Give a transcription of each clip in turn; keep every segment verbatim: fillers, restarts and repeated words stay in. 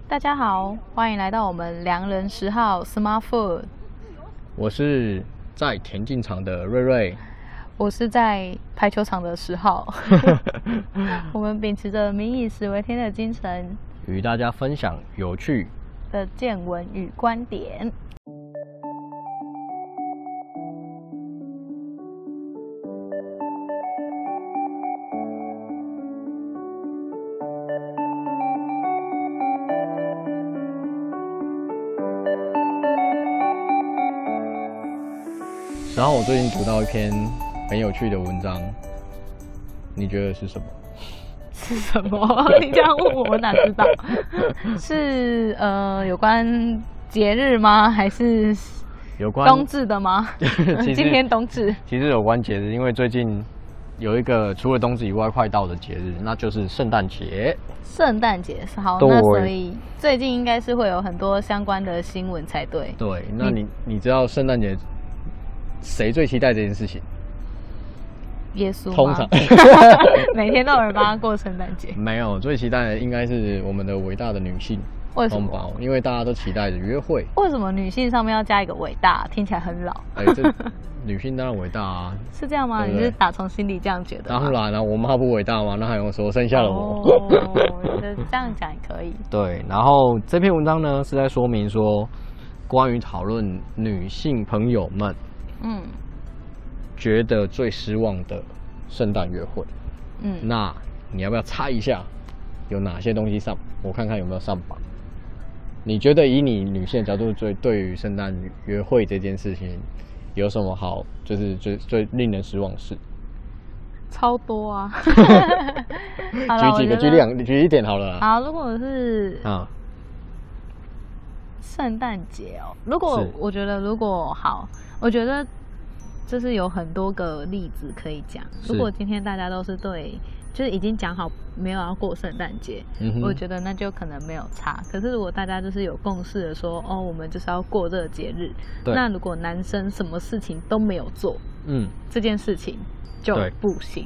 大家好，欢迎来到我们良人十号 Smart Food。 我是在田径场的瑞瑞， 我是在排球场的十号。我们秉持着民以食为天的精神， 与大家分享有趣的见闻与观点。 然后我最近读到一篇很有趣的文章，你觉得是什么？ 是什么？你这样问我，我哪知道？是呃有关节日吗？还是有关冬至的吗？今天冬至。 其实有关节日，因为最近有一个除了冬至以外快到的节日，那就是圣诞节。 圣诞节是好，那所以最近应该是会有很多相关的新闻才对。 对，那你你知道圣诞节谁最期待这件事情？ 耶稣吗？ 通常每天都有人帮他过圣诞节。 没有，最期待的应该是我们的伟大的女性。 为什么？ 因为大家都期待着约会。 为什么女性上面要加一个伟大？听起来很老。 哎、欸，这女性当然伟大啊。 是这样吗？对对，你是打从心里这样觉得？ 当然了、啊，我妈不伟大吗？那还用说生下了我。 哦，我觉得这样讲也可以。 对，然后这篇文章呢是在说明说，关于讨论女性朋友们，嗯，觉得最失望的圣诞约会。嗯，那你要不要猜一下，有哪些东西上？我看看有没有上榜。你觉得以你女性的角度，最对于圣诞约会这件事情有什么好，就是最最令人失望的事？ 超多啊！ 举几个，举两，举一点好了啦。 好，如果是啊，圣诞节哦，如果我觉得如果好，我觉得就是有很多个例子可以讲。如果今天大家都是对。就是已经讲好没有要过圣诞节，嗯、我觉得那就可能没有差。可是如果大家就是有共识的说，哦，我们就是要过这个节日，那如果男生什么事情都没有做，嗯，这件事情就不行。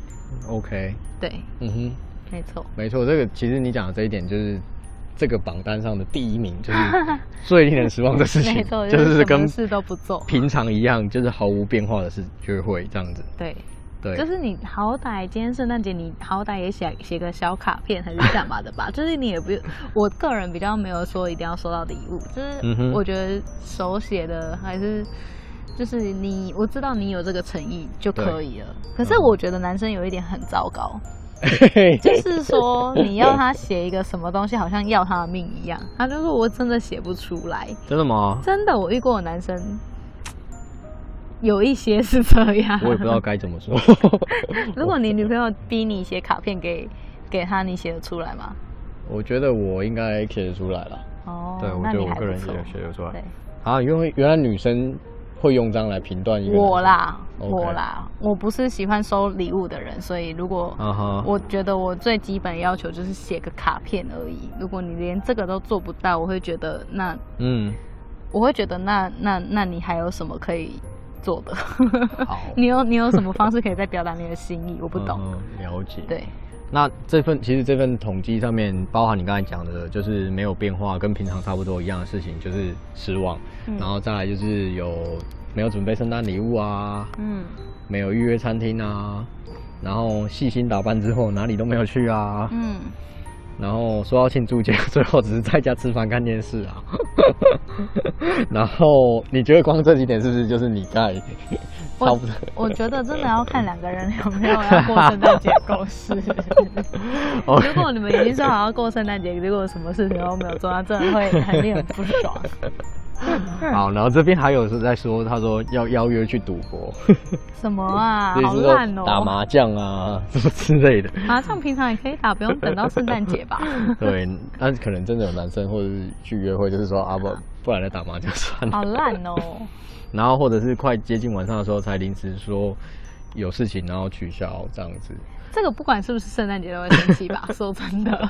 OK， 对，嗯哼，没错， 没错。这个其实你讲的这一点，就是这个榜单上的第一名，就是最令人失望的事情， 没错， 就是跟什么事都不做， 平常一样，就是毫无变化的事约会这样子。 对。 对， 就是你好歹今天圣诞节，你好歹也写写个小卡片还是干嘛的吧？就是你也不，我个人比较没有说一定要收到礼物，就是我觉得手写的还是就是你，我知道你有这个诚意就可以了。可是我觉得男生有一点很糟糕，就是说你要他写一个什么东西，好像要他的命一样。他就说我真的写不出来， 真的吗？ 真的，我遇过的男生。有一些是这样， 我也不知道该怎么说。 如果你女朋友逼你写卡片给给她，你写得出来吗？ 我觉得我应该写得出来了。哦，对，我觉得我个人也写得出来。对，啊，因为原来女生会用这样来评断一个。 我啦， okay. 我啦，我不是喜欢收礼物的人，所以如果、uh-huh. 我觉得我最基本要求就是写个卡片而已。如果你连这个都做不到，我会觉得那嗯，我会觉得那那那你还有什么可以？做的，你有你有什么方式可以再表达你的心意？我不懂。 嗯、了解。 对， 那这份其实这份统计上面包含你刚才讲的，就是没有变化，跟平常差不多一样的事情，就是失望。嗯、然后再来就是有没有准备圣诞礼物啊，嗯，没有预约餐厅啊，然后细心打扮之后哪里都没有去啊，嗯。然后说要庆祝节，最后只是在家吃饭看电视啊。然后你觉得光这几点是不是就是你在差不多？ 我觉得真的要看两个人有没有要过聖誕節共識。如果你們已經說好要過聖誕節，結果什麼事情都沒有做，那真的會很令人不爽。 好，然后这边还有是在说，他说要邀约去赌博， 什么啊，好烂哦， 打麻将啊，什么之类的。 麻将平常也可以打，不用等到圣诞节吧？ 对，但可能真的有男生或者是去约会，就是说啊不，不然来打麻将算了。 好烂哦。 然后或者是快接近晚上的时候才临时说有事情，然后取消这样子。 这个不管是不是圣诞节都会生气吧？说真的。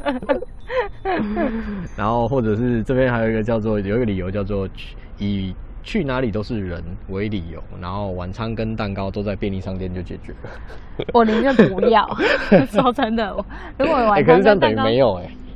然后或者是这边还有一个叫做有一个理由叫做以去哪里都是人为理由，然后晚餐跟蛋糕都在便利商店就解决了。 我宁愿不要。说真的，如果晚餐跟蛋糕、欸，可是这样等于没有哎、欸。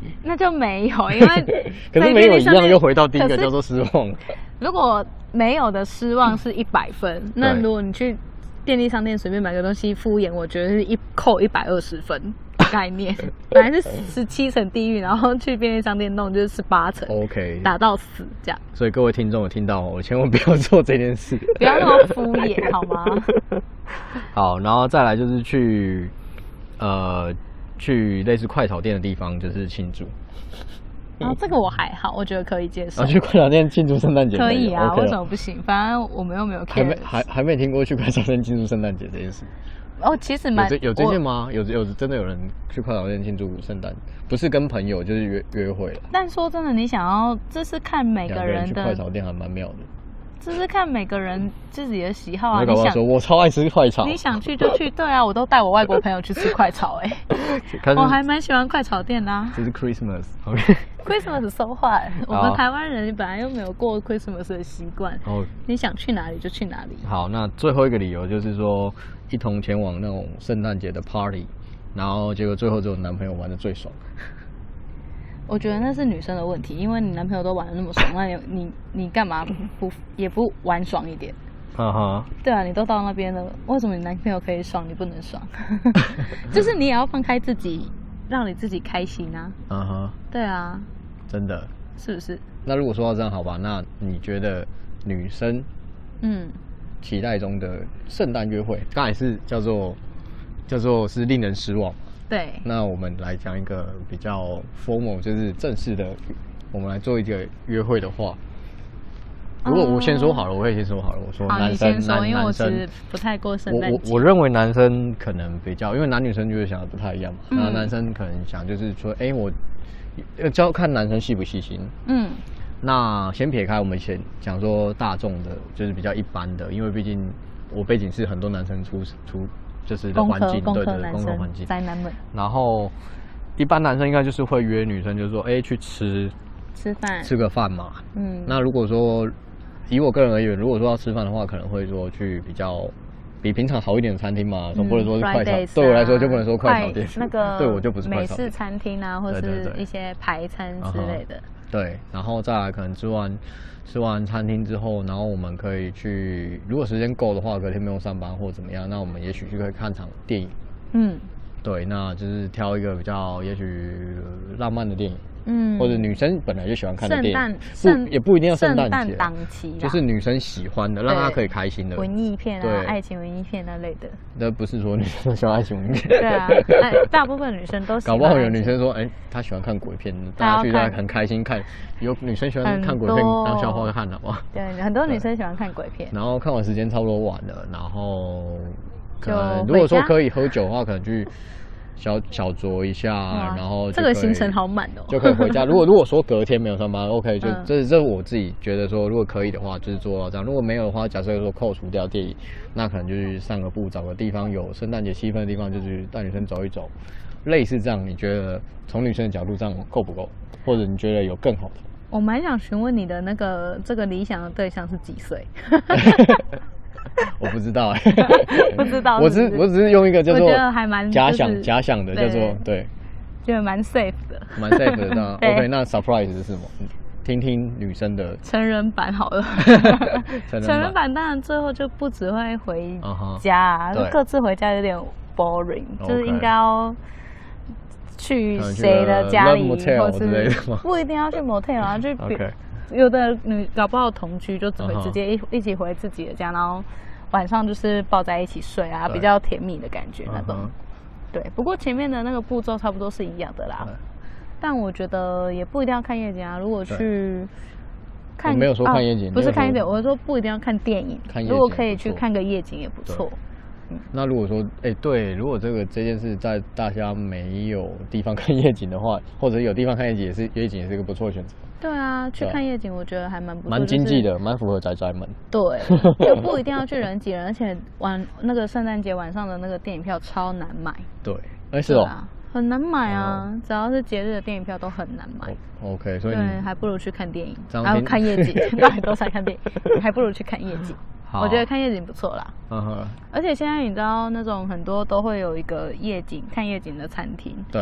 那就没有，因为可是没有一样又回到第一个叫做失望。 如果没有的失望是一百分，那如果你去便利商店随便买个东西敷衍，我觉得是一扣一百二十分概念。本来是十七层地狱，然后去便利商店弄就是十八层 ，OK， 打到死这样。 所以各位听众有听到，我千万不要做这件事， 不要那么敷衍好吗？ 好，然后再来就是去呃去类似快炒店的地方，就是庆祝。 然后这个我还好，我觉得可以接受。 啊，去快炒店庆祝圣诞节可以啊， OK 为什么不行？反正我们又没有 care， 还没还还没听过去快炒店庆祝圣诞节这件事。 哦，其实蛮有这有这件吗？有有真的有人去快炒店庆祝圣诞，不是跟朋友就是约约会了。 但说真的，你想要，这是看每个人的。 两个人去快炒店还蛮妙的。 这是看每个人自己的喜好啊。 你想说，我超爱吃快炒。 你想去就去，对啊，我都带我外国朋友去吃快炒哎、欸，我还蛮喜欢快炒店的、啊。 这是 Christmas，OK。Christmas so what？ 我们台湾人本来又没有过 Christmas 的习惯。哦。你想去哪里就去哪里。 好，那最后一个理由就是说，一同前往那种圣诞节的 party， 然后结果最后只有男朋友玩的最爽。 我觉得那是女生的问题，因为你男朋友都玩的那么爽，那你你你干嘛不也不玩爽一点？啊哈，对啊，你都到那边了，为什么你男朋友可以爽，你不能爽？就是你也要放开自己，让你自己开心啊。啊哈，对啊， 真的， 是不是？ 那如果说到这样，好吧，那你觉得女生嗯期待中的圣诞约会，刚才是叫做叫做是令人失望。 对， 那我们来讲一个比较 formal， 就是正式的，我们来做一个约会的话，如果我先说好了，我会先说好了。我说男生， 你先说，因为我其实不太过圣诞节。 我我认为男生可能比较，因为男女生就是想的不太一样嘛。嗯、那男生可能想就是说，哎、欸，我就要看男生细不细心。嗯。那先撇开我们先讲说大众的，就是比较一般的，因为毕竟我背景是很多男生出出。就是的环境，对对，工作环境， 宅男们。 然后，一般男生应该就是会约女生，就是说，哎、欸，去吃吃饭， 吃个饭嘛。嗯。那如果说以我个人而言，如果说要吃饭的话，可能会说去比较比平常好一点的餐厅嘛，总、嗯、不能说是快炒。啊、对我来说就不能说快炒店， 那个对我就不是快炒店。 美式餐厅啊，或是一些排餐之类的。 对, 对, 对，然后再来可能吃完。吃完餐厅之后，然后我们可以去，如果时间够的话，隔天不用上班或怎么样，那我们也许就可以看场电影。嗯，对，那就是挑一个比较也许浪漫的电影。嗯，或者女生本来就喜欢看的电影，不也不一定要圣诞节， 档期就是女生喜欢的，让她可以开心的文艺片啊，爱情文艺片那类的。 那不是说女生喜欢爱情文艺片， 对啊，大部分女生都喜欢。 搞不好有女生说，哎、欸，她喜欢看鬼片，大家去大家很开心看。有女生喜欢看鬼片当笑话看，好不好？ 对，很多女生喜欢看鬼片。 然后看完时间差不多晚了，然后可能如果说可以喝酒的话，可能去。小小酌一下，然后这个行程好满哦， 就可以回家。如果如果说隔天没有上班 ，OK， 就、嗯、这这我自己觉得说，如果可以的话，就是做到这样。如果没有的话，假设说扣除掉电影，那可能就去散个步，找个地方有圣诞节气氛的地方，就去带女生走一走，类似这样。你觉得从女生的角度这样够不够？或者你觉得有更好的？ 我蛮想询问你的那个这个理想的对象是几岁？ 我不知道哎、欸， 不知道是不是， 我只我只是用一个叫做我觉得还蛮假想假想的叫做对， 觉得蛮 safe 的， 蛮 safe 的。那 OK， 那 surprise 是什么？听听女生的成人版好了。成人版, 成人版当然最后就不只会回家、啊， uh-huh, 各自回家有点 boring， 就是应该要去谁的家里，或是不一定要去 motel 啊，就比。Okay. 有的女搞不好同居就只会直接一、uh-huh. 一起回自己的家，然后晚上就是抱在一起睡啊，比较甜蜜的感觉那种。Uh-huh. 对，不过前面的那个步骤差不多是一样的啦。但我觉得也不一定要看夜景啊，如果去看， 我没有说看夜景， 啊、不是看夜景，我是说不一定要看电影， 看夜景如果可以去看个夜景也不错。 嗯、那如果说，哎、欸，对，如果这个这件事在大家没有地方看夜景的话，或者有地方看夜景，也是夜景也是一个不错的选择。 对啊，去看夜景我觉得还蛮不错， 蛮经济的，蛮、就是、符合宅宅们。 对，就不一定要去人挤人，而且晚那个圣诞节晚上的那个电影票超难买。 对，哎、欸、是哦、 啊，很难买啊、哦，只要是节日的电影票都很难买。 哦、OK， 所以对，还不如去看电影，然后看夜景，到底都在看电影，还不如去看夜景。我觉得看夜景不错啦，嗯、而且现在你知道那种很多都会有一个夜景看夜景的餐厅， 对，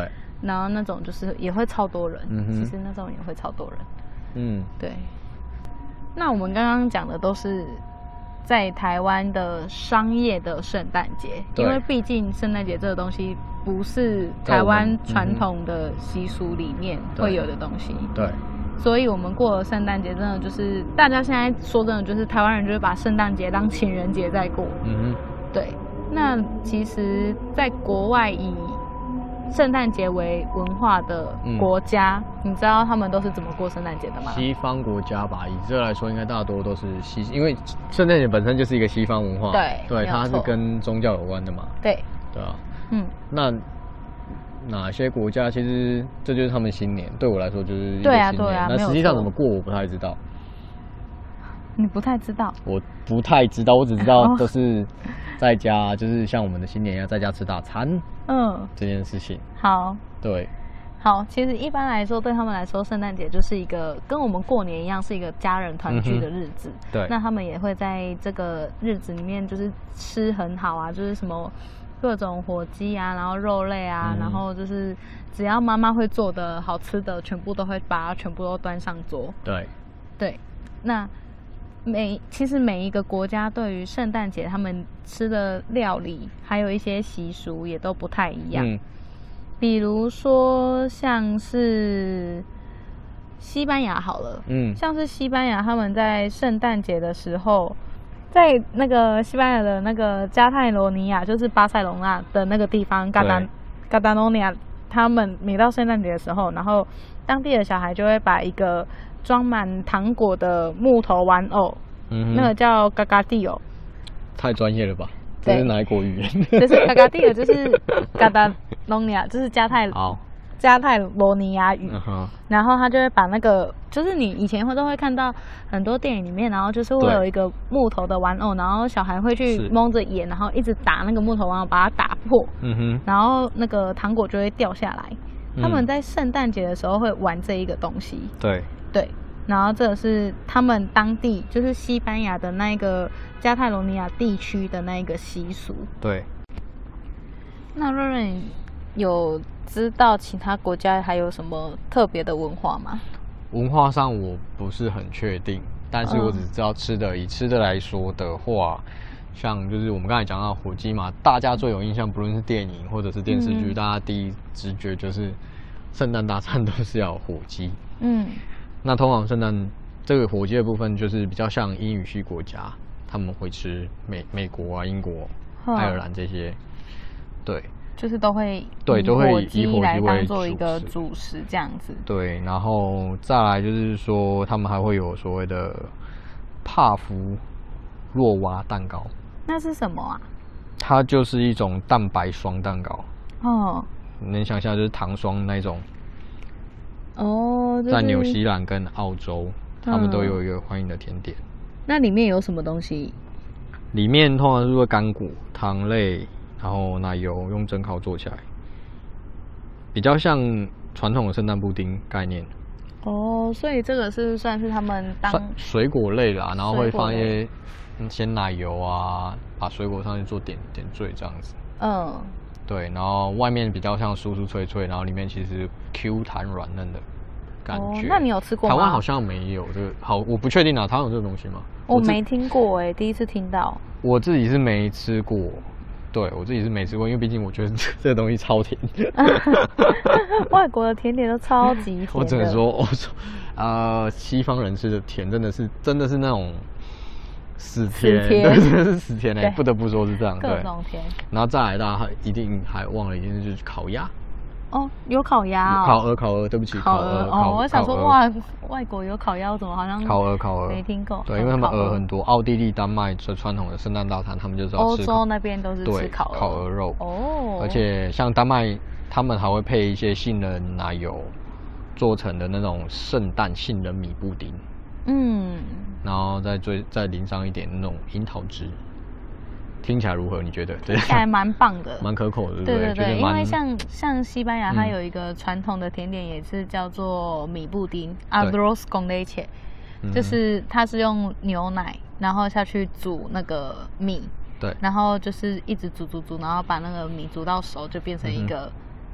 然后那种就是也会超多人，嗯、其实那种也会超多人。嗯，对。那我们刚刚讲的都是在台湾的商业的圣诞节，因为毕竟圣诞节这个东西不是台湾传统的习俗里面会有的东西。对。所以我们过了圣诞节，真的就是大家现在说真的，就是台湾人就是把圣诞节当情人节在过。嗯哼。对。那其实，在国外以圣诞节为文化的国家，嗯、你知道他们都是怎么过圣诞节的吗？ 西方国家吧，以这来说，应该大多都是西，因为圣诞节本身就是一个西方文化， 对， 对，它是跟宗教有关的嘛， 对， 对啊，嗯，那哪些国家其实这就是他们新年，对我来说就是一个新年， 对啊，对啊， 那实际上怎么过我不太知道。 你不太知道？ 我不太知道，我只知道都是在家，就是像我们的新年要在家吃大餐，嗯，这件事情。 好， 对， 好，其实一般来说，对他们来说，圣诞节就是一个跟我们过年一样，是一个家人团聚的日子。嗯、对，那他们也会在这个日子里面，就是吃很好啊，就是什么各种火鸡啊，然后肉类啊，嗯、然后就是只要妈妈会做的好吃的，全部都会把它全部都端上桌。 对， 对，那。每其实每一个国家对于圣诞节他们吃的料理，还有一些习俗也都不太一样。嗯，比如说像是西班牙好了，嗯，像是西班牙他们在圣诞节的时候，在那个西班牙的那个加泰罗尼亚，就是巴塞隆纳的那个地方，嘎达嘎达诺尼亚，他们每到圣诞节的时候，然后当地的小孩就会把一个装满糖果的木头玩偶，嗯、那个叫嘎嘎蒂欧， 太专业了吧？这是哪一国语言？ 就是嘎嘎蒂欧，就是嘎达隆尼亚，就是加泰加泰罗尼亚语。Uh-huh. 然后他就会把那个，就是你以前会都会看到很多电影里面，然后就是会有一个木头的玩偶，然后小孩会去蒙着眼，然后一直打那个木头玩偶，把它打破，嗯哼，然后那个糖果就会掉下来。嗯、他们在圣诞节的时候会玩这一个东西。对对。然后这个是他们当地，就是西班牙的那个加泰罗尼亚地区的那一个习俗。对。那瑞瑞有知道其他国家还有什么特别的文化吗？ 文化上我不是很确定，但是我只知道吃的。嗯、以吃的来说的话，像就是我们刚才讲到火鸡嘛，大家最有印象，不论是电影或者是电视剧，嗯、大家第一直觉就是圣诞大餐都是要有火鸡。嗯。那通常圣诞这个火鸡的部分，就是比较像英语系国家，他们会吃美美国啊、英国、爱尔兰这些，对， 就是都会对都会以火鸡来当做一个主食这样子。 对，然后再来就是说，他们还会有所谓的帕夫洛娃蛋糕。 那是什么啊？ 它就是一种蛋白霜蛋糕。哦，你能想象就是糖霜那种。哦，就是、在纽西兰跟澳洲，他们都有一个欢迎的甜点。嗯、 那里面有什么东西？ 里面通常是会干果、糖类，然后奶油用蒸烤做起来，比较像传统的圣诞布丁概念。 哦，所以这个是算是他们当水果类啦，然后会放一些鲜奶油啊，把水果上去做点点缀这样子。嗯。对，然后外面比较像酥酥脆脆，然后里面其实 Q 弹软嫩的感觉。 哦、那你有吃过吗？ 台湾好像没有这个，好，我不确定啊，台湾有这个东西吗？ 我没听过哎、欸，第一次听到。 我自己是没吃过，对我自己是没吃过，因为毕竟我觉得这个东西超甜。 外国的甜点都超级甜的。 我只能说，我说，呃，西方人吃的甜真的是真的是那种。死甜，对，真的是死甜嘞，不得不说是这样， 各种甜。 然后再来，大家一定还忘了一件事，就是烤鸭。 哦，有烤鸭哦。 烤鹅，烤鹅，对不起， 烤鹅。哦，我想说，哇，外国有烤鸭，我怎么好像烤鹅，烤鹅没听过？ 对，因为他们鹅很多，奥地利、丹麦最传统的圣诞大餐，他们就是要吃。 欧洲那边都是吃烤鹅， 烤鹅肉。哦。而且像丹麦，他们还会配一些杏仁奶油做成的那种圣诞杏仁米布丁。嗯。然后再最再淋上一点那种樱桃汁，听起来如何？你觉得？ 听起来蛮棒的， 蛮可口的，对不对？对对对，因为像像西班牙，它有一个传统的甜点，也是叫做米布丁 （arroz con leche），就是它是用牛奶，然后下去煮那个米，对，然后就是一直煮煮煮，然后把那个米煮到熟，就变成一个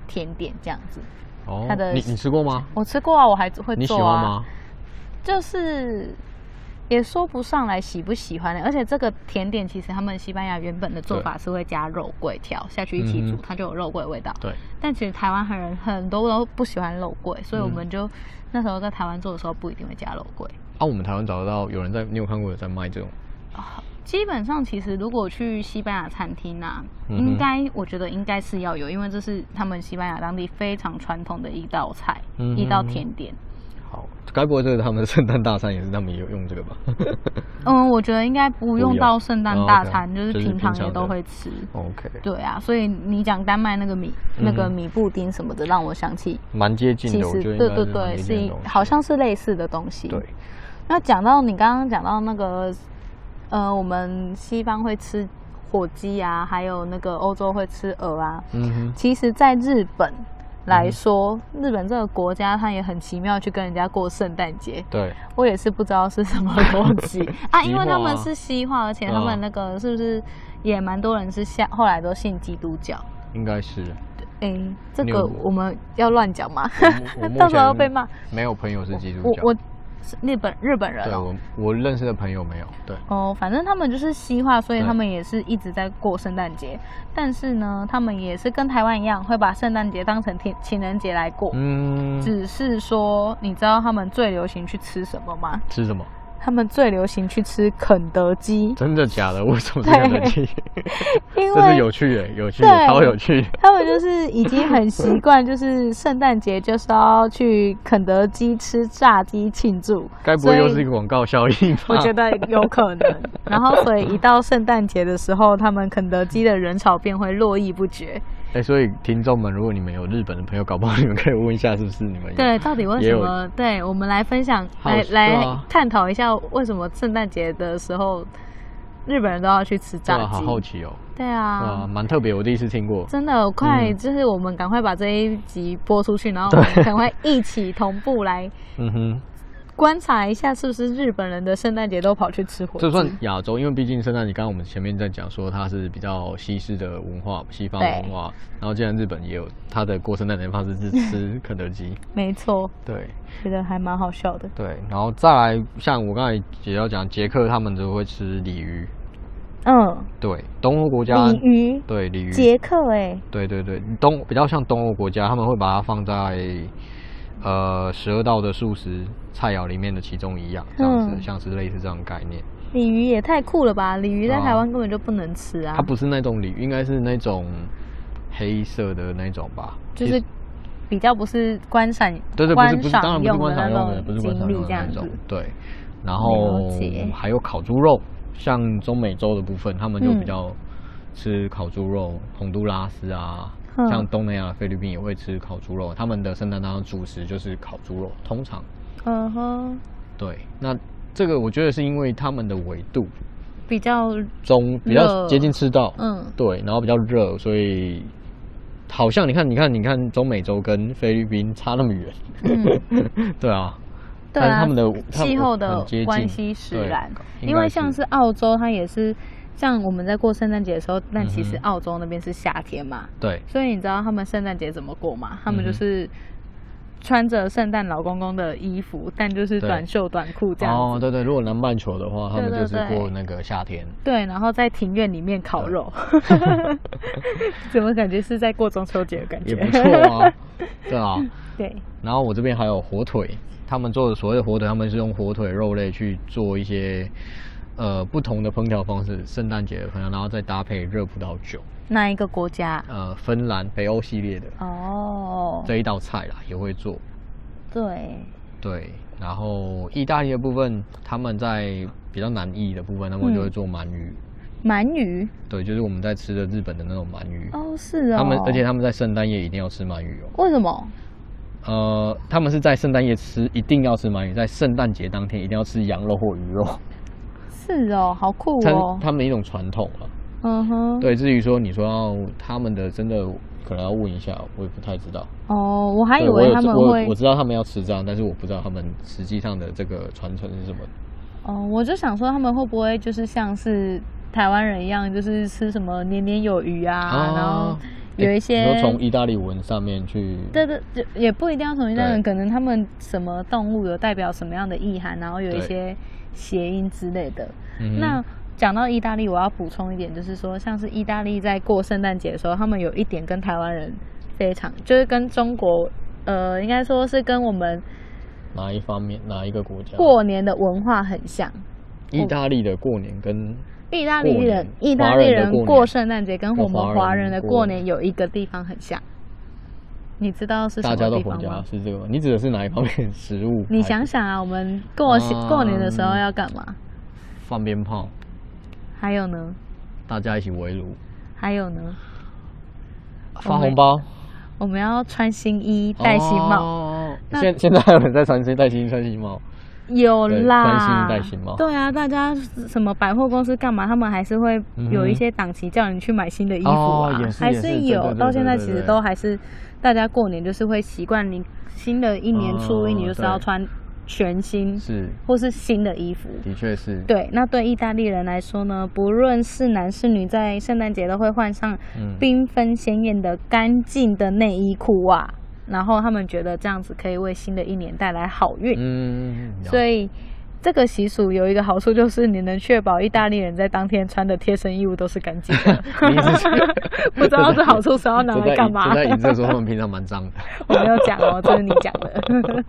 甜点这样子。 哦， 它的你你吃过吗？ 我吃过啊，我还会做啊。 你喜欢吗？ 就是也说不上来喜不喜欢的，而且这个甜点其实他们西班牙原本的做法是会加肉桂条下去一起煮，嗯、它就有肉桂的味道。对。但其实台湾人很多都不喜欢肉桂，所以我们就、嗯、那时候在台湾做的时候不一定会加肉桂。啊， 我们台湾找得到有人在，你有看过有在卖这种？ 基本上，其实如果去西班牙餐厅啊，嗯、应该我觉得应该是要有，因为这是他们西班牙当地非常传统的一道菜，嗯、一道甜点。 好，该不会这个他们的圣诞大餐也是他们有用这个吧？ 嗯，我觉得应该不用到圣诞大餐，哦 okay、就是平常也都会吃。 OK。 对啊，所以你讲丹麦那个米、嗯、那个米布丁什么的，让我想起蛮接近的， 其实我觉得对对对，是好像是类似的东西。对。那讲到你刚刚讲到那个。呃，我们西方会吃火鸡啊，还有那个欧洲会吃鹅啊。嗯哼。其实，在日本来说，嗯、日本这个国家它也很奇妙，去跟人家过圣诞节。对。我也是不知道是什么逻辑啊，因为他们是西化，而且他们那个是不是也蛮多人是下后来都信基督教？ 应该是。 哎、欸，这个我们要乱讲吗？到时候要被骂。 没有朋友是基督教。 我。我日本日本人、 喔，对我我认识的朋友没有，对哦，反正他们就是西化，所以他们也是一直在过圣诞节。但是呢，他们也是跟台湾一样，会把圣诞节当成天情人节来过。嗯，只是说，你知道他们最流行去吃什么吗？ 吃什么？ 他们最流行去吃肯德基。 真的假的？为什么是肯德基？因为这是有趣的，有趣的，超有趣的。 他们就是已经很习惯，就是圣诞节就是要去肯德基吃炸鸡庆祝。 该不会又是一个广告效应吧？ 我觉得有可能。然后，所以一到圣诞节的时候，他们肯德基的人潮便会络绎不绝。 哎、欸，所以听众们，如果你们有日本的朋友，搞不好你们可以问一下，是不是你们对到底为什么？对，我们来分享，来来、啊、探讨一下为什么圣诞节的时候日本人都要去吃炸鸡。 好好奇哦。 对啊， 蛮特别，我第一次听过。 真的，快、嗯、就是我们赶快把这一集播出去，然后我们赶快一起同步来。嗯哼。观察一下，是不是日本人的圣诞节都跑去吃火鸡？ 这算亚洲，因为毕竟圣诞节，刚刚我们前面在讲说它是比较西式的文化，西方文化。然后既然日本也有它的过圣诞节方式是吃肯德基， 没错， 对， 觉得还蛮好笑的。 对，然后再来，像我刚才也要讲，捷克他们就会吃鲤鱼。嗯，对，东欧国家鲤鱼， 对鲤鱼， 捷克哎、欸， 对对对，东比较像东欧国家，他们会把它放在。呃，十二道的素食菜肴里面的其中一样，这样子、嗯、像是类似这种概念。 鲤鱼也太酷了吧！鲤鱼在台湾根本就不能吃啊。 它不是那种鲤鱼，应该是那种黑色的那种吧？ 就是比较不是观赏， 对对，不是不是，当然不是观赏用的，不是观赏用的那种。对，然后还有烤猪肉，像中美洲的部分，他们就比较吃烤猪肉，洪都拉斯啊。像东南亚、菲律宾也会吃烤猪肉，他们的圣诞当中主食就是烤猪肉，通常。嗯哼。对，那这个我觉得是因为他们的纬度比较中，比较接近赤道，嗯，对，然后比较热，所以好像你看，你看，你看中美洲跟菲律宾差那么远，嗯，对啊。 对啊， 但是他们的气候的关系使然，因为像是澳洲，它也是。像我们在过圣诞节的时候，但其实澳洲那边是夏天嘛，对，所以你知道他们圣诞节怎么过吗？他们就是穿着圣诞老公公的衣服，但就是短袖短裤这样子。 哦，对对，如果南半球的话，他们就是过那个夏天。 对，对，然后在庭院里面烤肉，怎么感觉是在过中秋节的感觉？ 也不错啊，对啊， 对。 然后我这边还有火腿，他们做的所谓的火腿，他们是用火腿肉类去做一些。呃，不同的烹调方式，圣诞节的烹调，然后再搭配热葡萄酒。 哪一个国家？ 呃，芬兰北欧系列的哦，这一道菜啦也会做。 对对，然后意大利的部分，他们在比较南意的部分，他们就会做鳗鱼。 鳗鱼？ 对，就是我们在吃的日本的那种鳗鱼。 哦，是哦。 他们而且他们在圣诞夜一定要吃鳗鱼哦。 为什么？ 呃，他们是在圣诞夜吃，一定要吃鳗鱼，在圣诞节当天一定要吃羊肉或鱼肉。 是哦，好酷哦！ 他们的一种传统啊。嗯哼。对，至于说你说要他们的，真的可能要问一下，我也不太知道。 哦，我还以为他们会， 我, 我, 我知道他们要吃这样，但是我不知道他们实际上的这个传承是什么。 哦，我就想说他们会不会就是像是台湾人一样，就是吃什么年年有余啊，啊然后有一些， 你说从意大利文上面去， 对对，就也不一定要从意大利文，可能他们什么动物有代表什么样的意涵，然后有一些谐音之类的。嗯、那讲到意大利，我要补充一点，就是说，像是意大利在过圣诞节的时候，他们有一点跟台湾人非常，就是跟中国，呃，应该说是跟我们哪一方面哪一个国家过年的文化很像。 意大利的过年跟意大利人，意大利人过圣诞节跟我们华人的过年有一个地方很像，你知道是什么地方吗？大家都回家是这个吗？你指的是哪一方面食物？ 你想想啊，我们过、啊、过年的时候要干嘛？ 放鞭炮。 还有呢？ 大家一起围炉。 还有呢？ 发红包。 我们要穿新衣，戴新帽。 哦，现现在还有人在穿新戴新衣穿新帽？ 有啦， 穿新衣戴新帽。 对啊，大家什么百货公司干嘛？他们还是会有一些档期叫你去买新的衣服啊， 哦、 还是有。到现在其实都还是大家过年就是会习惯，你新的一年初一你就是要穿全新是或是新的衣服。 的确是。 对，那对意大利人来说呢，不论是男是女，在圣诞节都会换上缤纷鲜艳的干净的内衣裤袜。然后他们觉得这样子可以为新的一年带来好运，嗯，所以这个习俗有一个好处，就是你能确保意大利人在当天穿的贴身衣物都是干净的。不知道这好处是要拿来干嘛？ 就在影射说他们平常蛮脏的。 我没有讲哦，这是你讲的。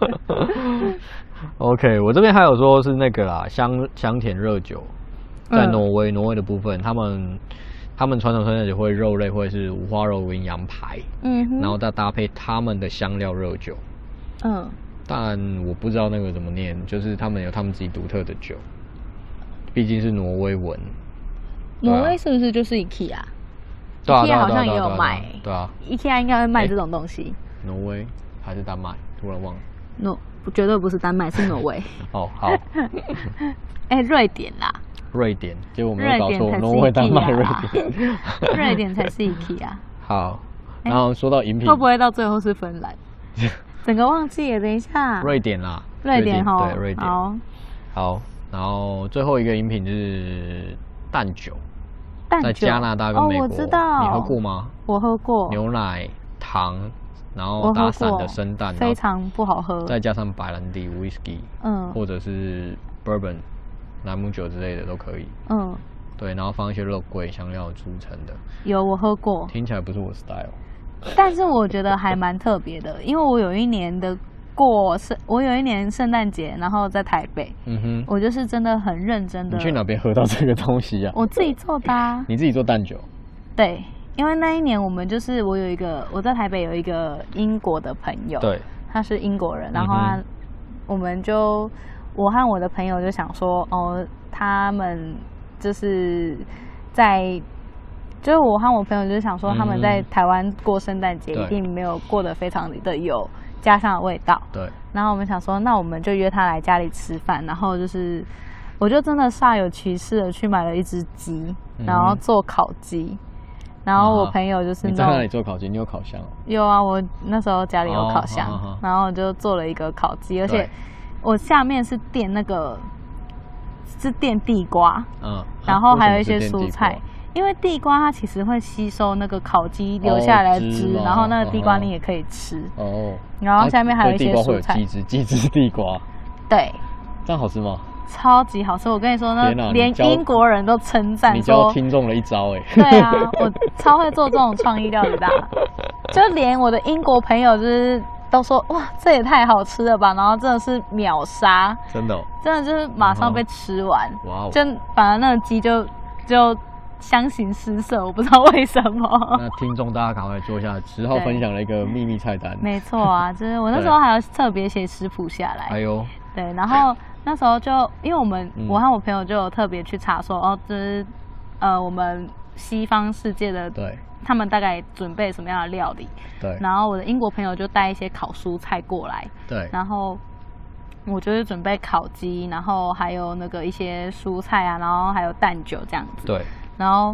OK， 我这边还有说是那个啦，香香甜热酒，在挪威，挪威的部分，他们。他们传统圣诞节会肉类会是五花肉跟羊排，嗯，然后再搭配他们的香料热酒，嗯，但我不知道那个怎么念，就是他们有他们自己独特的酒，毕竟是挪威文。 挪威是不是就是 IKEA？ 对啊 ，IKEA 好像也有卖， 对啊 ，IKEA 应该会卖这种东西。 挪威还是丹麦？突然忘了。 挪绝对不是丹麦，是挪威。 哦，好。 哎，瑞典啦。 瑞典，结果我没有搞错，挪威、丹麦、瑞典， 瑞典才是 IKEA。 好，然后说到饮品， 会不会到最后是芬兰？整个忘记了，等一下。 瑞典啦， 瑞典哈， 对，瑞典。好，好，然后最后一个饮品就是蛋酒，在加拿大跟美国， 哦，我知道， 你喝过吗？ 我喝过， 牛奶、糖，然后打散的生蛋， 非常不好喝， 再加上白兰地 （whisky）， 嗯，或者是 bourbon。朗姆酒之类的都可以，嗯，对，然后放一些肉桂、香料组成的。 有，我喝过， 听起来不是我 style， 但是我觉得还蛮特别的，因为我有一年的过圣，我有一年圣诞节，然后在台北，嗯哼，我就是真的很认真的。 你去哪边喝到这个东西啊？ 我自己做的啊。 你自己做蛋酒？ 对，因为那一年我们就是我有一个我在台北有一个英国的朋友，对，他是英国人，然后他、嗯、我们就。我和我的朋友就想说，哦，他们就是在，就是我和我朋友就想说，他们在台湾过圣诞节一定没有过得非常的有家乡的味道。对。然后我们想说，那我们就约他来家里吃饭，然后就是，我就真的煞有其事的去买了一只鸡，然后做烤鸡。然后我朋友就是那种、 啊、你在那里做烤鸡，你有烤箱哦？ 有啊，我那时候家里有烤箱，哦、好好好然后就做了一个烤鸡，而且。我下面是垫那个是垫地瓜，嗯，然后还有一些蔬菜，因为地瓜它其实会吸收那个烤鸡留下来的汁，哦、然后那个地瓜你也可以吃哦。然后下面还有一些蔬菜， 鸡汁鸡汁地瓜， 对， 这样好吃吗？ 超级好吃！我跟你说，那连英国人都称赞说， 你教听众了一招哎。 对啊，我超会做这种创意料理的，就连我的英国朋友就是。都说哇，这也太好吃了吧！然后真的是秒杀， 真的、哦， 真的就是马上被吃完，哇、哦！就反而那个鸡就就相形失色，我不知道为什么。 那听众大家赶快做一下，十号分享了一个秘密菜单。 没错啊，就是我那时候还要特别写食谱下来。 哎呦， 对，然后那时候就因为我们、嗯、我和我朋友就有特别去查说，哦，就是呃我们西方世界的对。他们大概准备什么样的料理？对，然后我的英国朋友就带一些烤蔬菜过来，对，然后我就是准备烤鸡，然后还有那个一些蔬菜啊，然后还有蛋酒这样子，对，然后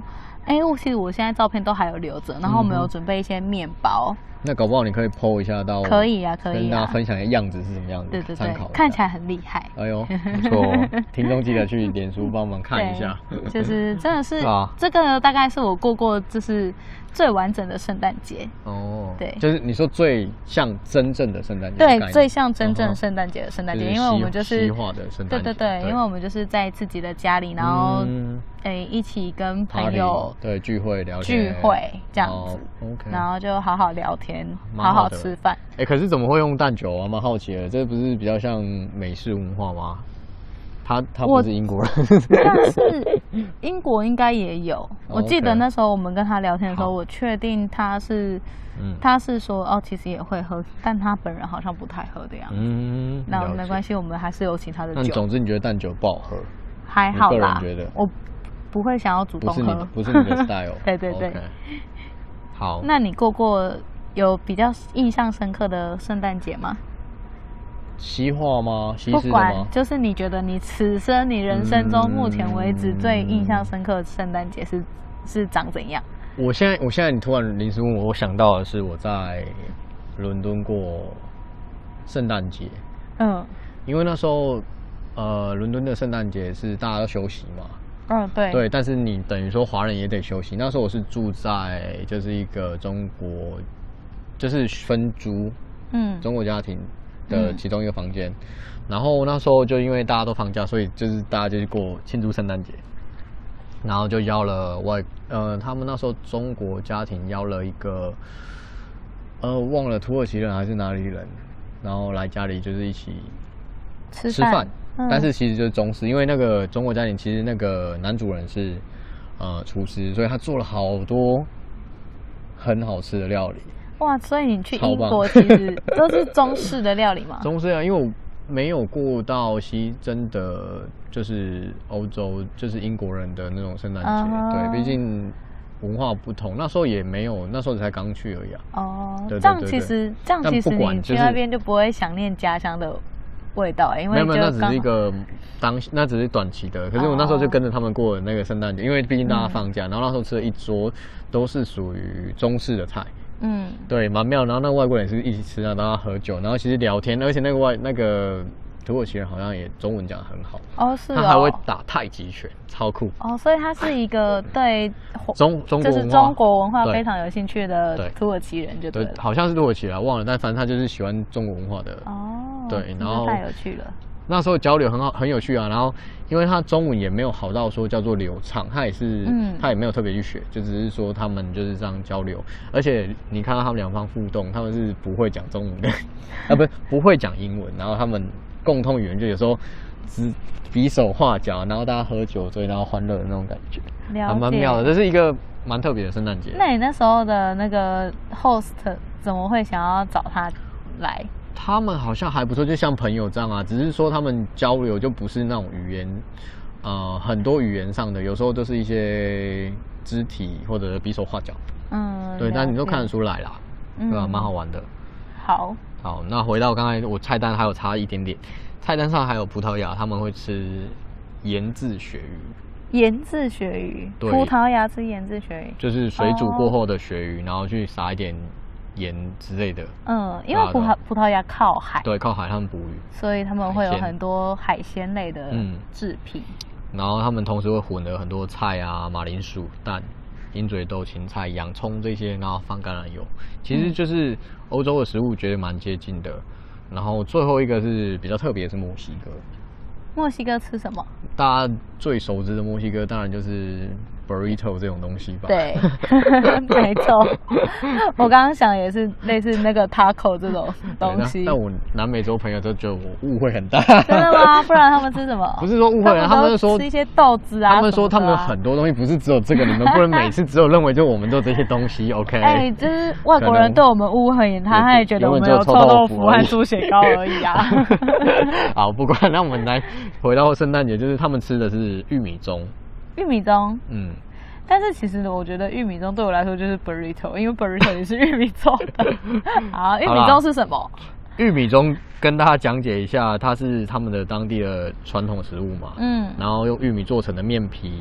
哎、欸，我其实我现在照片都还有留着，然后我们有准备一些面包。嗯， 那搞不好你可以 po 一下到， 可以啊，可以啊， 跟大家分享一下样子是什么样子， 对对对， 考看起来很厉害。 哎呦，不错哦，听众记得去脸书帮忙看一下。 就是真的是， 啊， 这个大概是我过过就是最完整的圣诞节。 哦， 对， 就是你说最像真正的圣诞节， 对，最像真正圣诞节的圣诞节，因为我们就是西化的圣诞节， 对对对，因为我们就是在自己的家里，然后诶一起跟朋友对聚会聊天聚会这样子 ，OK， 然后就好好聊天，好好吃饭。 哎，可是怎么会用蛋酒啊？蛮好奇的，这不是比较像美式文化吗？他他不是英国人， 但是英国应该也有。我记得那时候我们跟他聊天的时候，我确定他是，嗯、他是说哦，其实也会喝，但他本人好像不太喝的样子。嗯，那没关系，我们还是有其他的酒。 那总之你觉得蛋酒不好喝？ 还好啦， 个人觉得我不会想要主动喝， 不是你的 style。 对对对。 Okay. 好， 那你过过有比较印象深刻的圣诞节吗？ 西化吗？西式的吗？ 不管，就是你觉得你此生你人生中目前为止最印象深刻的圣诞节是是长怎样？ 我现在我现在你突然临时问我，我想到的是我在伦敦过圣诞节。嗯，因为那时候呃伦敦的圣诞节是大家都休息嘛。 嗯，对对，但是你等于说华人也得休息。那时候我是住在就是一个中国，就是分租，嗯，中国家庭的其中一个房间，嗯、然后那时候就因为大家都放假，所以就是大家就去过庆祝圣诞节，然后就邀了外呃，他们那时候中国家庭邀了一个呃忘了土耳其人还是哪里人，然后来家里就是一起吃吃饭。但是其实就是中式，因为那个中国家庭其实那个男主人是呃厨师，所以他做了好多很好吃的料理。 哇，所以你去英国其实都是中式的料理吗？ 中式啊，因为我没有过到西真的就是欧洲，就是英国人的那种圣诞节， uh-huh. 对，毕竟文化不同，那时候也没有，那时候才刚去而已啊。哦、oh, ，这样其实这样其实你去那边就不会想念家乡的味道、欸，因为没有没有，那只是一个当那只是短期的。可是我那时候就跟着他们过了那个圣诞节，因为毕竟大家放假，嗯、然后那时候吃了一桌都是属于中式的菜，嗯，对，蛮妙。然后那个外国人也是一起吃啊，然后喝酒，然后其实聊天，而且那个外那个土耳其人好像也中文讲得很好哦，是哦， 他还会打太极拳，超酷哦。所以他是一个对中中国就是中国文化非常有兴趣的土耳其人，就对了， 对，好像是土耳其人，忘了，但反正他就是喜欢中国文化的哦。对，然后太有趣了。 那时候交流很好，很有趣啊。然后，因为他中文也没有好到说叫做流畅，他也是，嗯，他也没有特别去学，就只是说他们就是这样交流。而且你看到他们两方互动，他们是不会讲中文的，啊，不是不会讲英文。然后他们共同语言就有时候只比手画脚，然后大家喝酒醉，然后欢乐的那种感觉，还蛮妙的。这是一个蛮特别的圣诞节。 那你那时候的那个 host 怎么会想要找他来？ 他们好像还不错，就像朋友这样啊，只是说他们交流就不是那种语言，呃，很多语言上的，有时候都是一些肢体或者比手画脚，嗯，对，但你都看得出来啦，嗯、对吧？蛮好玩的。 好， 好，那回到刚才我菜单还有差一点点，菜单上还有葡萄牙，他们会吃盐渍鳕鱼。 盐渍鳕鱼，葡萄牙吃盐渍鳕鱼， 就是水煮过后的鳕鱼，哦、然后去撒一点盐之类的， 嗯，因为葡萄葡萄牙靠海， 对，靠海他们捕鱼， 所以他们会有很多海鲜类的制品、 嗯。然后他们同时会混了很多菜啊，马铃薯、蛋、鹰嘴豆、芹菜、洋葱这些，然后放橄榄油，其实就是欧洲的食物，觉得蛮接近的。然后最后一个是比较特别的是墨西哥。 墨西哥吃什么？ 大家最熟知的墨西哥当然就是 burrito 这种东西吧。 对，没错。我刚刚想也是类似那个 taco 这种东西。 但我南美洲朋友都觉得我误会很大。 真的吗？不然他们吃什么？ 不是说误会了，他们是说吃一些豆子啊。 他们说他们有很多东西不是只有这个，你们不能每次只有认为就我们都这些东西。OK。 哎、欸，就是外国人对我们误会，他他也觉得我们有臭豆腐和猪血糕而已啊。 好，不管，那我们来。回到圣诞节，就是他们吃的是玉米盅。 玉米盅，嗯，但是其实我觉得玉米盅对我来说就是 burrito， 因为 burrito 也是玉米做的。好，玉米盅是什么？ 玉米盅跟大家讲解一下，它是他们的当地的传统食物嘛，嗯，然后用玉米做成的面皮，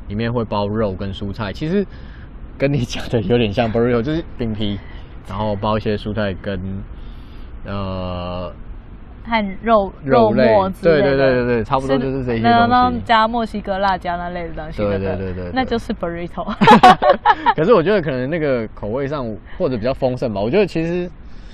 里面会包肉跟蔬菜，其实跟你讲的有点像 burrito， 就是饼皮，然后包一些蔬菜跟呃。 和肉肉末之类的， 对对对对对，差不多就是这些东西。 然后加墨西哥辣椒那类的东西， 对对对 对, 对， 那就是 burrito。 可是我觉得可能那个口味上或者比较丰盛吧。我觉得其实，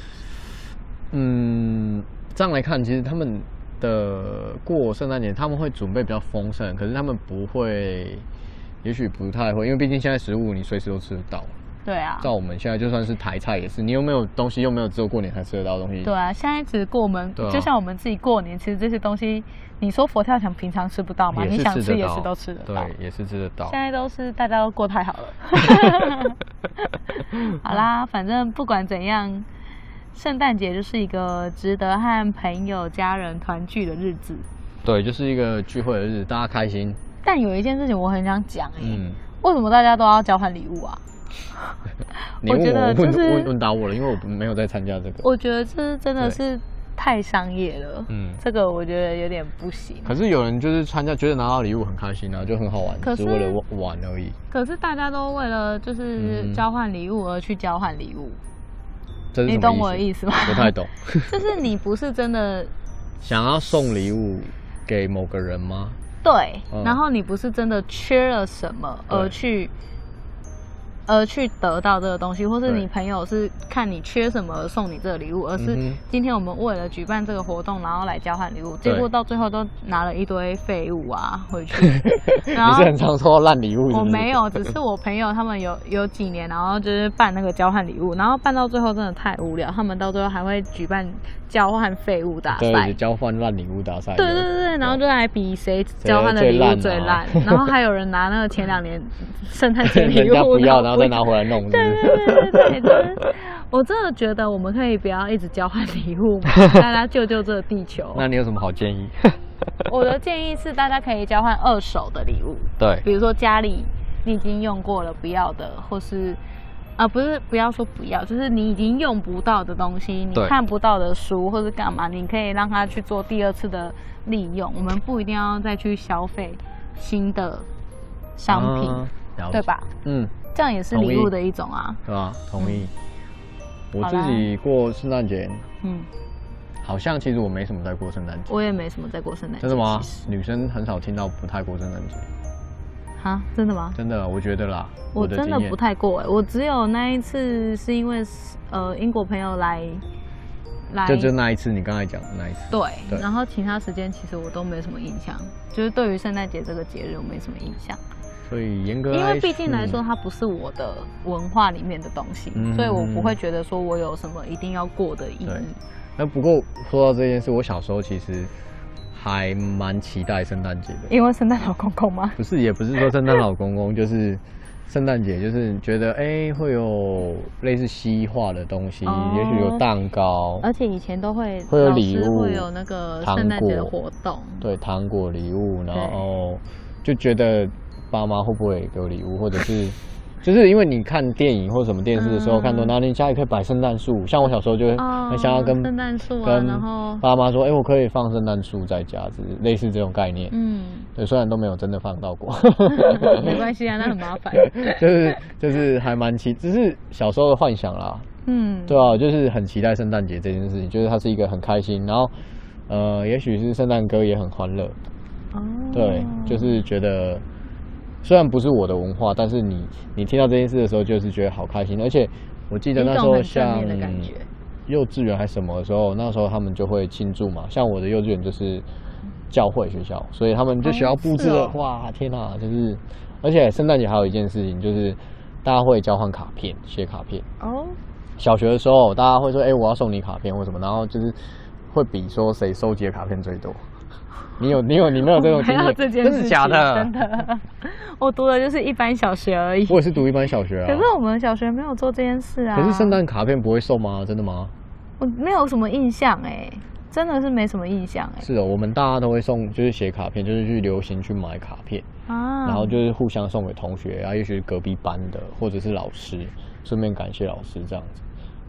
嗯，这样来看，其实他们的过圣诞节他们会准备比较丰盛，可是他们不会，也许不太会，因为毕竟现在食物你随时都吃得到。 对啊， 照我们现在就算是台菜也是，你有没有东西又没有只有过年才吃得到的东西？ 对啊，现在其实过我们、啊、就像我们自己过年，其实这些东西，你说佛跳墙平常吃不到吗？你想吃也是都吃得到， 对，也是吃得到。 现在都是大家都过太好了。好啦，反正不管怎样，圣诞节就是一个值得和朋友、家人团聚的日子。 对，就是一个聚会的日子，大家开心。 但有一件事情我很想讲哎、欸嗯，为什么大家都要交换礼物啊？ 我觉得就是问问答我了，因为我没有在参加这个。 我觉得这真的是太商业了，嗯，这个我觉得有点不行。 可是有人就是参加，觉得拿到礼物很开心啊，就很好玩，只是为了玩而已。 可是大家都为了就是交换礼物而去交换礼物， 嗯、 你懂我的意思吗？ 不太懂。 就是你不是真的想要送礼物给某个人吗？ 对，嗯、然后你不是真的缺了什么而去。而去得到这个东西，或是你朋友是看你缺什么而送你这个礼物，而是今天我们为了举办这个活动，然后来交换礼物，结果到最后都拿了一堆废物啊回去。然后你是很常收到烂礼物是不是？ 我没有，只是我朋友他们有有几年，然后就是办那个交换礼物，然后办到最后真的太无聊，他们到最后还会举办交换废物大赛， 对，交换烂礼物大赛。 对对对对，然后就来比谁交换的礼物最烂，然后还有人拿那个前两年圣诞节礼物， 人家不要，然后再拿回来弄。 对对对对对，就是我真的觉得我们可以不要一直交换礼物嘛，大家救救这个地球。 那你有什么好建议？ 我的建议是，大家可以交换二手的礼物， 对， 比如说家里你已经用过了不要的，或是啊、呃、不是不要说不要，就是你已经用不到的东西，你看不到的书或是干嘛，你可以让它去做第二次的利用。我们不一定要再去消费新的商品，嗯、对吧？嗯。这样也是礼物的一种啊， 对吧？同意。嗯、我自己过圣诞节，嗯，好像其实我没什么在过圣诞节。 我也没什么在过圣诞节。 真的吗？女生很少听到不太过圣诞节。 哈，真的吗？ 真的，我觉得啦。 我真的不太过哎、欸，我只有那一次是因为呃英国朋友来来， 就就那一次你刚才讲的那一次。 对。对。然后其他时间其实我都没什么印象，就是对于圣诞节这个节日我没什么印象。 所以严格来说， 因为毕竟来说，它不是我的文化里面的东西，嗯、所以我不会觉得说我有什么一定要过的意义。 那不过说到这件事，我小时候其实还蛮期待圣诞节的。 因为圣诞老公公吗？ 不是，也不是说圣诞老公公，就是圣诞节，就是觉得哎、欸、会有类似西化的东西，哦、也许有蛋糕， 而且以前都会会有礼物， 会有那个圣诞节的活动， 对，糖果礼物，然后就觉得。爸妈会不会给我礼物，或者是，就是因为你看电影或什么电视的时候，嗯、看到，然后你家里可以摆圣诞树，像我小时候就会很想要跟圣诞树啊， 跟然后爸妈说，哎、欸，我可以放圣诞树在家，就是类似这种概念。嗯，对，虽然都没有真的放到过， 没关系啊，那很麻烦。 就是就是还蛮期，只是小时候的幻想啦。嗯，对啊，就是很期待圣诞节这件事情，就是它是一个很开心，然后呃，也许是圣诞歌也很欢乐。哦，对，就是觉得。虽然不是我的文化，但是你你听到这件事的时候，就是觉得好开心。而且我记得那时候像幼稚园还是什么的时候，那时候他们就会庆祝嘛。像我的幼稚园就是教会学校，所以他们就学校布置了，哦、哇，天哪！就是，而且圣诞节还有一件事情，就是大家会交换卡片，写卡片。哦。小学的时候，大家会说：“哎、欸，我要送你卡片或什么。”然后就是会比说谁收集的卡片最多。你有你有你没有这种经验？真的假的？ 真的，我读的就是一般小学而已。 我也是读一般小学啊。 可是我们小学没有做这件事啊。 可是圣诞卡片不会送吗？真的吗？ 我没有什么印象哎、欸，真的是没什么印象哎、欸。 是哦，我们大家都会送，就是写卡片，就是去流行去买卡片啊，然后就是互相送给同学啊，也许是隔壁班的或者是老师，顺便感谢老师这样子。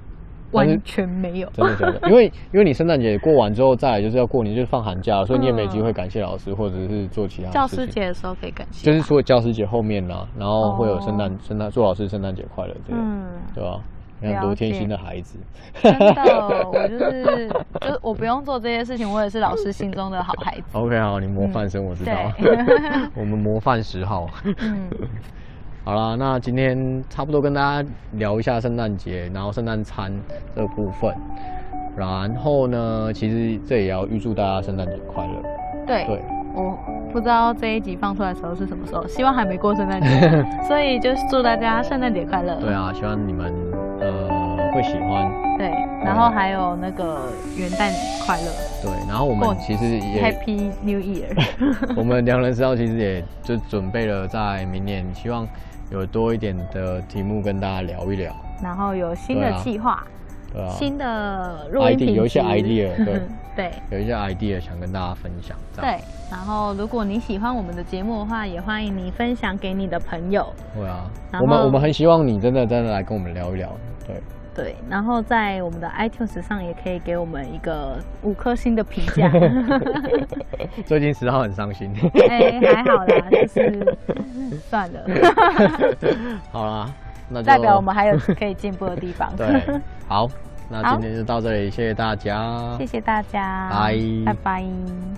完全没有， 真的假的？因为因为你圣诞节过完之后，再来就是要过年，就是放寒假了，所以你也没机会感谢老师，或者是做其他的教事情。 师节的时候可以感谢， 就是除了教师节后面啦，然后会有圣诞圣诞祝老师圣诞节快乐这样，嗯，对吧？很多贴心的孩子， 真的，我就是就是我不用做这些事情，我也是老师心中的好孩子。 OK， 好，你模范生我知道，我们模范十号。嗯，好啦，那今天差不多跟大家聊一下圣诞节，然后圣诞餐这部分，然后呢，其实这也要预祝大家圣诞节快乐。 对，对，我不知道这一集放出来的时候是什么时候，希望还没过圣诞节，所以就祝大家圣诞节快乐。 对啊，希望你们呃会喜欢。 对，然后还有那个元旦快乐。 对，然后我们其实也 Happy New Year。我们良人十号其实也就准备了在明年，希望有多一点的题目跟大家聊一聊， 然后有新的企划。对啊，新的录音 idea 有一些 idea， 对对， 有一些 idea 想跟大家分享。 对，然后如果你喜欢我们的节目的话，也欢迎你分享给你的朋友。 对啊，我们我们很希望你真的真的来跟我们聊一聊。对对，然后在我们的 iTunes 上也可以给我们一个五颗星的评价。 最近十号很伤心。 哎，还好啦，就是算了。 好啦。那代表我们还有可以进步的地方。 对，好，那今天就到这里，谢谢大家， 谢谢大家， 拜拜拜。